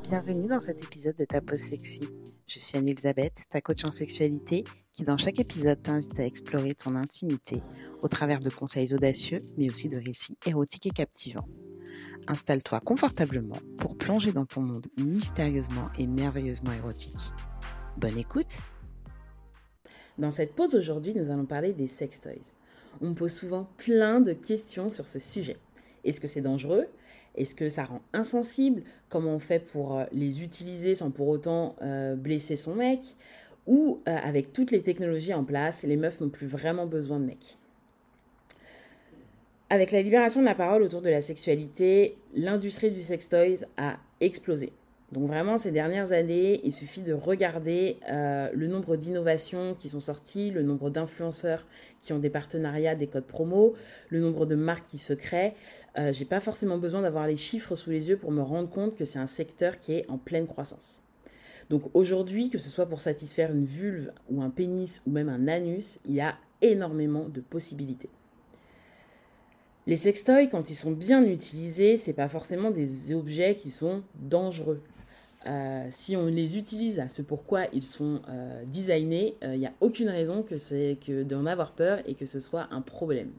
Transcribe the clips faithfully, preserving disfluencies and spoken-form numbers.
Bienvenue dans cet épisode de Ta Pause Sexy. Je suis Anne-Elisabeth, ta coach en sexualité, qui dans chaque épisode t'invite à explorer ton intimité au travers de conseils audacieux, mais aussi de récits érotiques et captivants. Installe-toi confortablement pour plonger dans ton monde mystérieusement et merveilleusement érotique. Bonne écoute! Dans cette pause aujourd'hui, nous allons parler des sex toys. On me pose souvent plein de questions sur ce sujet. Est-ce que c'est dangereux ? Est-ce que ça rend insensible ? Comment on fait pour les utiliser sans pour autant euh, blesser son mec ? Ou euh, avec toutes les technologies en place, les meufs n'ont plus vraiment besoin de mecs. Avec la libération de la parole autour de la sexualité, l'industrie du sex toys a explosé. Donc vraiment, ces dernières années, il suffit de regarder euh, le nombre d'innovations qui sont sorties, le nombre d'influenceurs qui ont des partenariats, des codes promo, le nombre de marques qui se créent. Euh, j'ai pas forcément besoin d'avoir les chiffres sous les yeux pour me rendre compte que c'est un secteur qui est en pleine croissance. Donc aujourd'hui, que ce soit pour satisfaire une vulve ou un pénis ou même un anus, il y a énormément de possibilités. Les sextoys, quand ils sont bien utilisés, c'est pas forcément des objets qui sont dangereux. Euh, si on les utilise à ce pourquoi ils sont euh, designés, il euh, n'y a aucune raison que c'est que d'en avoir peur et que ce soit un problème.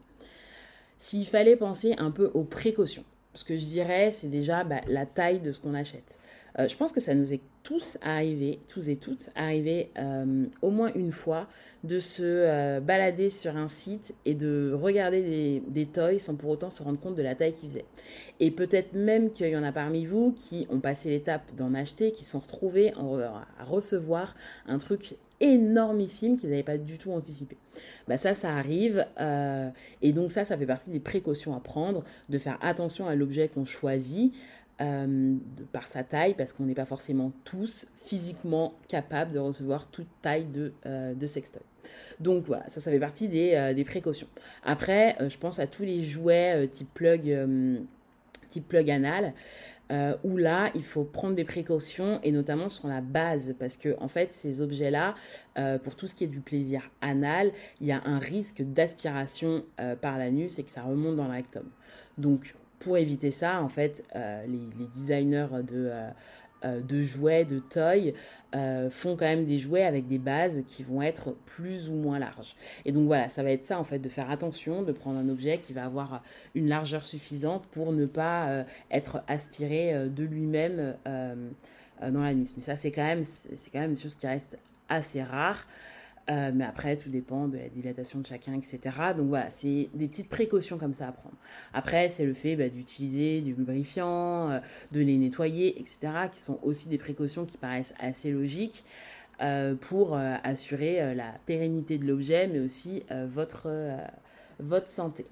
S'il fallait penser un peu aux précautions, ce que je dirais, c'est déjà bah, la taille de ce qu'on achète. Euh, je pense que ça nous est tous arrivé, tous et toutes, arrivé euh, au moins une fois de se euh, balader sur un site et de regarder des, des toys sans pour autant se rendre compte de la taille qu'ils faisaient. Et peut-être même qu'il y en a parmi vous qui ont passé l'étape d'en acheter, qui sont retrouvés en, à recevoir un truc énormissime qu'ils n'avaient pas du tout anticipé. Bah ça, ça arrive euh, et donc ça, ça fait partie des précautions à prendre, de faire attention à l'objet qu'on choisit, Euh, de, par sa taille, parce qu'on n'est pas forcément tous physiquement capables de recevoir toute taille de, euh, de sextoy. Donc voilà, ça, ça fait partie des, euh, des précautions. Après, euh, je pense à tous les jouets euh, type plug, euh, type plug anal, euh, où là, il faut prendre des précautions, et notamment sur la base, parce que en fait, ces objets-là, euh, pour tout ce qui est du plaisir anal, il y a un risque d'aspiration euh, par l'anus et que ça remonte dans le rectum. Donc, pour éviter ça, en fait, euh, les, les designers de, euh, de jouets, de toys, euh, font quand même des jouets avec des bases qui vont être plus ou moins larges. Et donc voilà, ça va être ça, en fait, de faire attention, de prendre un objet qui va avoir une largeur suffisante pour ne pas euh, être aspiré euh, de lui-même euh, euh, dans l'anus. Mais ça, c'est quand même, c'est quand même des choses qui restent assez rares. Euh, mais après, tout dépend de la dilatation de chacun, et cetera. Donc voilà, c'est des petites précautions comme ça à prendre. Après, c'est le fait bah, d'utiliser du lubrifiant, euh, de les nettoyer, et cetera, qui sont aussi des précautions qui paraissent assez logiques euh, pour euh, assurer euh, la pérennité de l'objet, mais aussi euh, votre, euh, votre santé.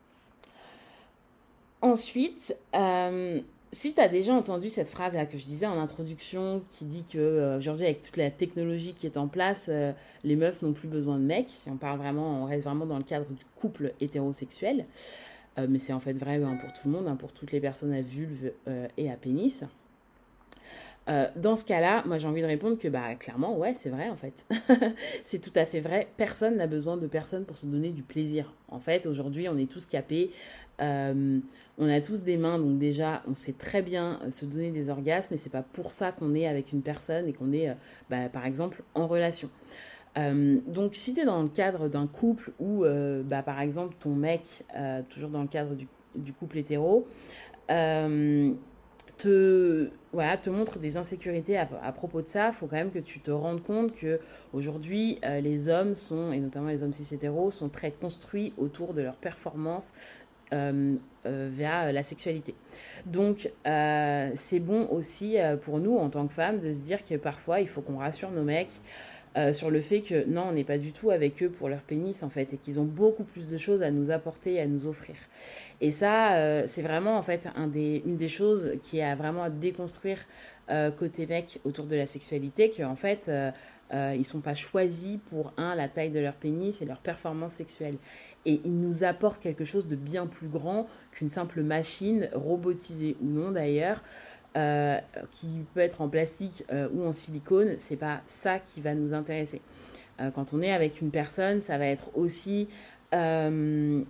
Ensuite, euh, si tu as déjà entendu cette phrase-là que je disais en introduction, qui dit qu'aujourd'hui, euh, avec toute la technologie qui est en place, euh, les meufs n'ont plus besoin de mecs, si on parle vraiment, on reste vraiment dans le cadre du couple hétérosexuel, euh, mais c'est en fait vrai hein, pour tout le monde, hein, pour toutes les personnes à vulve euh, et à pénis. Euh, dans ce cas-là, moi j'ai envie de répondre que bah clairement, ouais, c'est vrai en fait. C'est tout à fait vrai. Personne n'a besoin de personne pour se donner du plaisir. En fait, aujourd'hui, on est tous capés. Euh, on a tous des mains, donc déjà, on sait très bien euh, se donner des orgasmes, et c'est pas pour ça qu'on est avec une personne et qu'on est, euh, bah, par exemple, en relation. Euh, donc, si tu es dans le cadre d'un couple où, euh, bah, par exemple, ton mec, euh, toujours dans le cadre du, du couple hétéro, euh, te, voilà, te montre des insécurités à, à propos de ça, il faut quand même que tu te rendes compte qu'aujourd'hui, euh, les hommes sont, et notamment les hommes cis-hétéros, sont très construits autour de leur performance euh, euh, via la sexualité. Donc, euh, c'est bon aussi euh, pour nous, en tant que femmes, de se dire que parfois, il faut qu'on rassure nos mecs Euh, sur le fait que non, on n'est pas du tout avec eux pour leur pénis en fait, et qu'ils ont beaucoup plus de choses à nous apporter et à nous offrir. Et ça, euh, c'est vraiment en fait un des, une des choses qui a vraiment à déconstruire euh, côté mec autour de la sexualité, qu'en fait, euh, euh, ils sont pas choisis pour un, la taille de leur pénis et leur performance sexuelle. Et ils nous apportent quelque chose de bien plus grand qu'une simple machine, robotisée ou non d'ailleurs, Euh, qui peut être en plastique euh, ou en silicone, c'est pas ça qui va nous intéresser. Euh, quand on est avec une personne, ça va être aussi euh,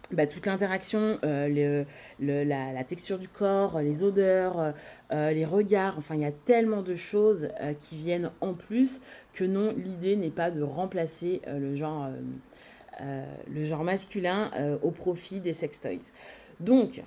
bah, toute l'interaction, euh, le, le, la, la texture du corps, les odeurs, euh, les regards, enfin il y a tellement de choses euh, qui viennent en plus que non, l'idée n'est pas de remplacer euh, le, genre, euh, euh, le genre masculin euh, au profit des sextoys. Donc,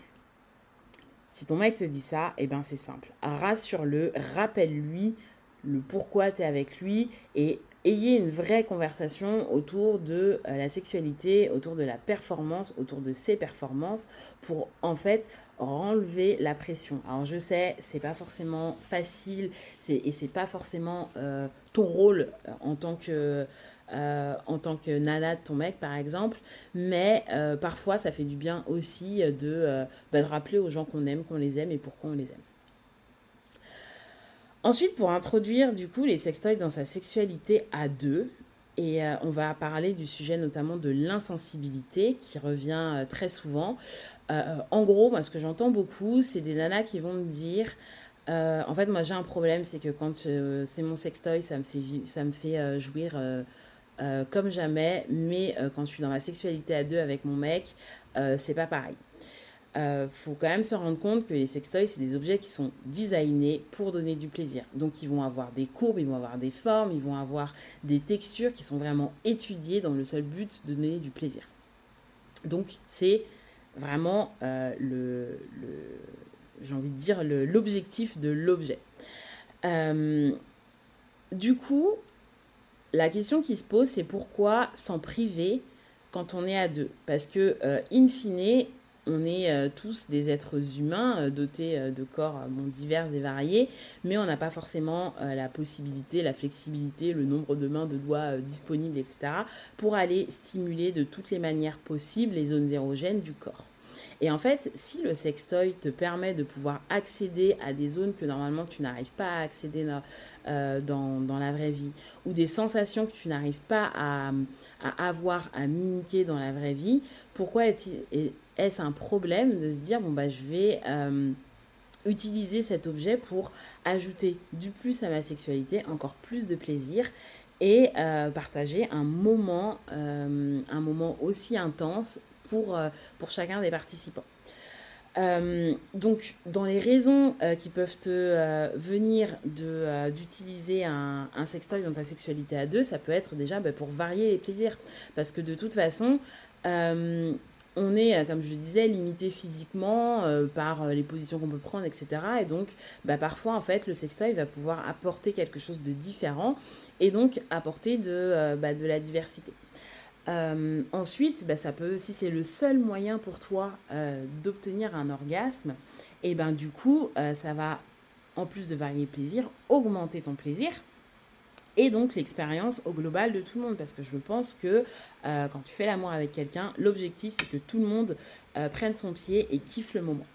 si ton mec te dit ça, eh ben c'est simple. Rassure-le, rappelle-lui le pourquoi tu es avec lui et ayez une vraie conversation autour de euh, la sexualité, autour de la performance, autour de ses performances pour en fait enlever la pression. Alors je sais, c'est pas forcément facile c'est, et c'est pas forcément euh, ton rôle euh, en tant que euh, en tant que nana de ton mec par exemple, mais euh, parfois ça fait du bien aussi de, euh, bah, de rappeler aux gens qu'on aime, qu'on les aime et pourquoi on les aime. Ensuite, pour introduire du coup les sextoys dans sa sexualité à deux, et euh, on va parler du sujet notamment de l'insensibilité qui revient euh, très souvent. Euh, en gros, moi ce que j'entends beaucoup, c'est des nanas qui vont me dire euh, en fait moi j'ai un problème, c'est que quand euh, c'est mon sextoy, ça me fait, ça me fait euh, jouir euh, euh, comme jamais, mais euh, quand je suis dans ma sexualité à deux avec mon mec, euh, c'est pas pareil. Il euh, faut quand même se rendre compte que les sextoys, c'est des objets qui sont designés pour donner du plaisir. Donc, ils vont avoir des courbes, ils vont avoir des formes, ils vont avoir des textures qui sont vraiment étudiées dans le seul but de donner du plaisir. Donc, c'est vraiment euh, le, le, j'ai envie de dire, le, l'objectif de l'objet. Euh, du coup, la question qui se pose, c'est pourquoi s'en priver quand on est à deux ? Parce que, euh, in fine, on est euh, tous des êtres humains euh, dotés euh, de corps euh, bon, divers et variés, mais on n'a pas forcément euh, la possibilité, la flexibilité, le nombre de mains, de doigts euh, disponibles, et cetera, pour aller stimuler de toutes les manières possibles les zones érogènes du corps. Et en fait, si le sextoy te permet de pouvoir accéder à des zones que normalement tu n'arrives pas à accéder euh, dans, dans la vraie vie, ou des sensations que tu n'arrives pas à, à avoir, à mimiquer dans la vraie vie, pourquoi est-ce un problème de se dire, bon bah je vais euh, utiliser cet objet pour ajouter du plus à ma sexualité, encore plus de plaisir, et euh, partager un moment, euh, un moment aussi intense pour, euh, pour chacun des participants. Euh, donc, dans les raisons euh, qui peuvent te euh, venir de, euh, d'utiliser un, un sextoy dans ta sexualité à deux, ça peut être déjà bah, pour varier les plaisirs. Parce que de toute façon, euh, on est, comme je le disais, limité physiquement euh, par les positions qu'on peut prendre, et cetera. Et donc, bah, parfois, en fait, le sextoy va pouvoir apporter quelque chose de différent et donc apporter de, euh, bah, de la diversité. Euh, ensuite, bah, ça peut, si c'est le seul moyen pour toi euh, d'obtenir un orgasme, et ben du coup, euh, ça va, en plus de varier le plaisir, augmenter ton plaisir et donc l'expérience au global de tout le monde. Parce que je pense que euh, quand tu fais l'amour avec quelqu'un, l'objectif, c'est que tout le monde euh, prenne son pied et kiffe le moment.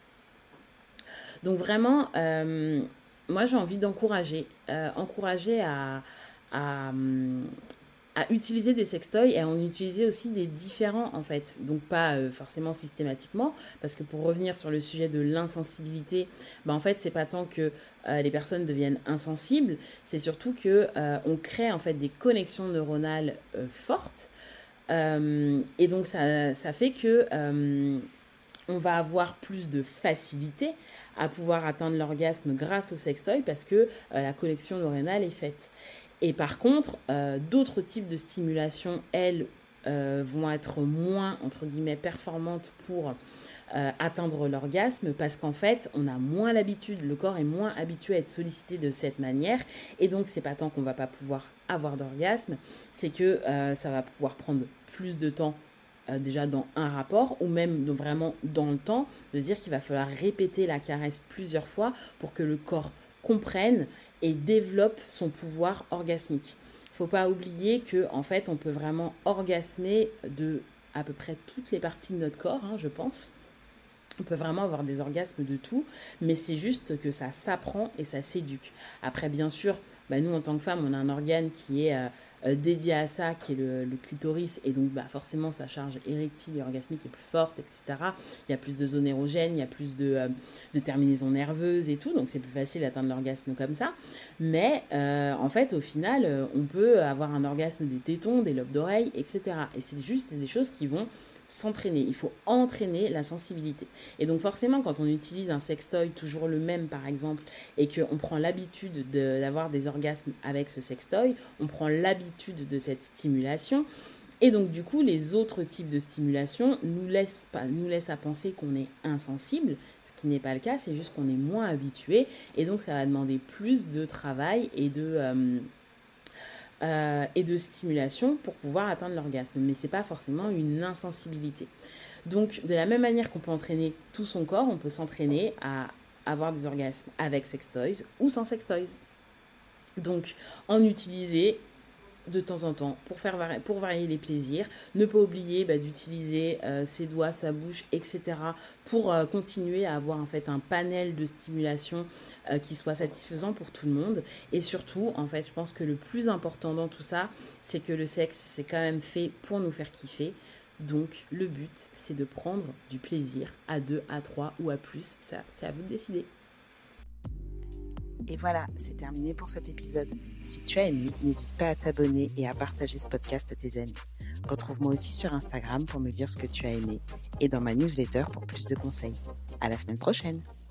Donc vraiment, euh, moi j'ai envie d'encourager, euh, encourager à... à à utiliser des sextoys et à en utiliser aussi des différents en fait, donc pas euh, forcément systématiquement, parce que pour revenir sur le sujet de l'insensibilité, bah, en fait c'est pas tant que euh, les personnes deviennent insensibles, c'est surtout que euh, on crée en fait des connexions neuronales euh, fortes euh, et donc ça, ça fait que euh, on va avoir plus de facilité à pouvoir atteindre l'orgasme grâce au sextoy parce que euh, la connexion neuronale est faite. Et par contre, euh, d'autres types de stimulation, elles, euh, vont être moins, entre guillemets, performantes pour euh, atteindre l'orgasme parce qu'en fait, on a moins l'habitude, le corps est moins habitué à être sollicité de cette manière. Et donc, c'est pas tant qu'on va pas pouvoir avoir d'orgasme, c'est que euh, ça va pouvoir prendre plus de temps euh, déjà dans un rapport ou même donc, vraiment dans le temps, de se dire qu'il va falloir répéter la caresse plusieurs fois pour que le corps comprenne et développe son pouvoir orgasmique. Il ne faut pas oublier qu'en fait, on peut vraiment orgasmer de à peu près toutes les parties de notre corps, hein, je pense. On peut vraiment avoir des orgasmes de tout, mais c'est juste que ça s'apprend et ça s'éduque. Après, bien sûr, bah, nous, en tant que femmes, on a un organe qui est euh, euh, dédié à ça, qui est le, le clitoris, et donc bah, forcément sa charge érectile et orgasmique est plus forte, et cetera. Il y a plus de zones érogènes, il y a plus de, euh, de terminaisons nerveuses et tout, donc c'est plus facile d'atteindre l'orgasme comme ça. Mais euh, en fait, au final, euh, on peut avoir un orgasme des tétons, des lobes d'oreilles, et cetera. Et c'est juste des choses qui vont s'entraîner, il faut entraîner la sensibilité. Et donc forcément, quand on utilise un sextoy, toujours le même par exemple, et qu'on prend l'habitude de, d'avoir des orgasmes avec ce sextoy, on prend l'habitude de cette stimulation, et donc du coup, les autres types de stimulation nous laissent, pas, nous laissent à penser qu'on est insensible, ce qui n'est pas le cas, c'est juste qu'on est moins habitué, et donc ça va demander plus de travail et de... Euh, Euh, et de stimulation pour pouvoir atteindre l'orgasme. Mais ce n'est pas forcément une insensibilité. Donc, de la même manière qu'on peut entraîner tout son corps, on peut s'entraîner à avoir des orgasmes avec sextoys ou sans sextoys. Donc, en utiliser de temps en temps pour, faire vari- pour varier les plaisirs. Ne pas oublier bah, d'utiliser euh, ses doigts, sa bouche, et cetera pour euh, continuer à avoir en fait un panel de stimulation euh, qui soit satisfaisant pour tout le monde. Et surtout, en fait, je pense que le plus important dans tout ça, c'est que le sexe, c'est quand même fait pour nous faire kiffer. Donc, le but, c'est de prendre du plaisir à deux, à trois ou à plus. Ça, c'est à vous de décider. Et voilà, c'est terminé pour cet épisode. Si tu as aimé, n'hésite pas à t'abonner et à partager ce podcast à tes amis. Retrouve-moi aussi sur Instagram pour me dire ce que tu as aimé et dans ma newsletter pour plus de conseils. À la semaine prochaine!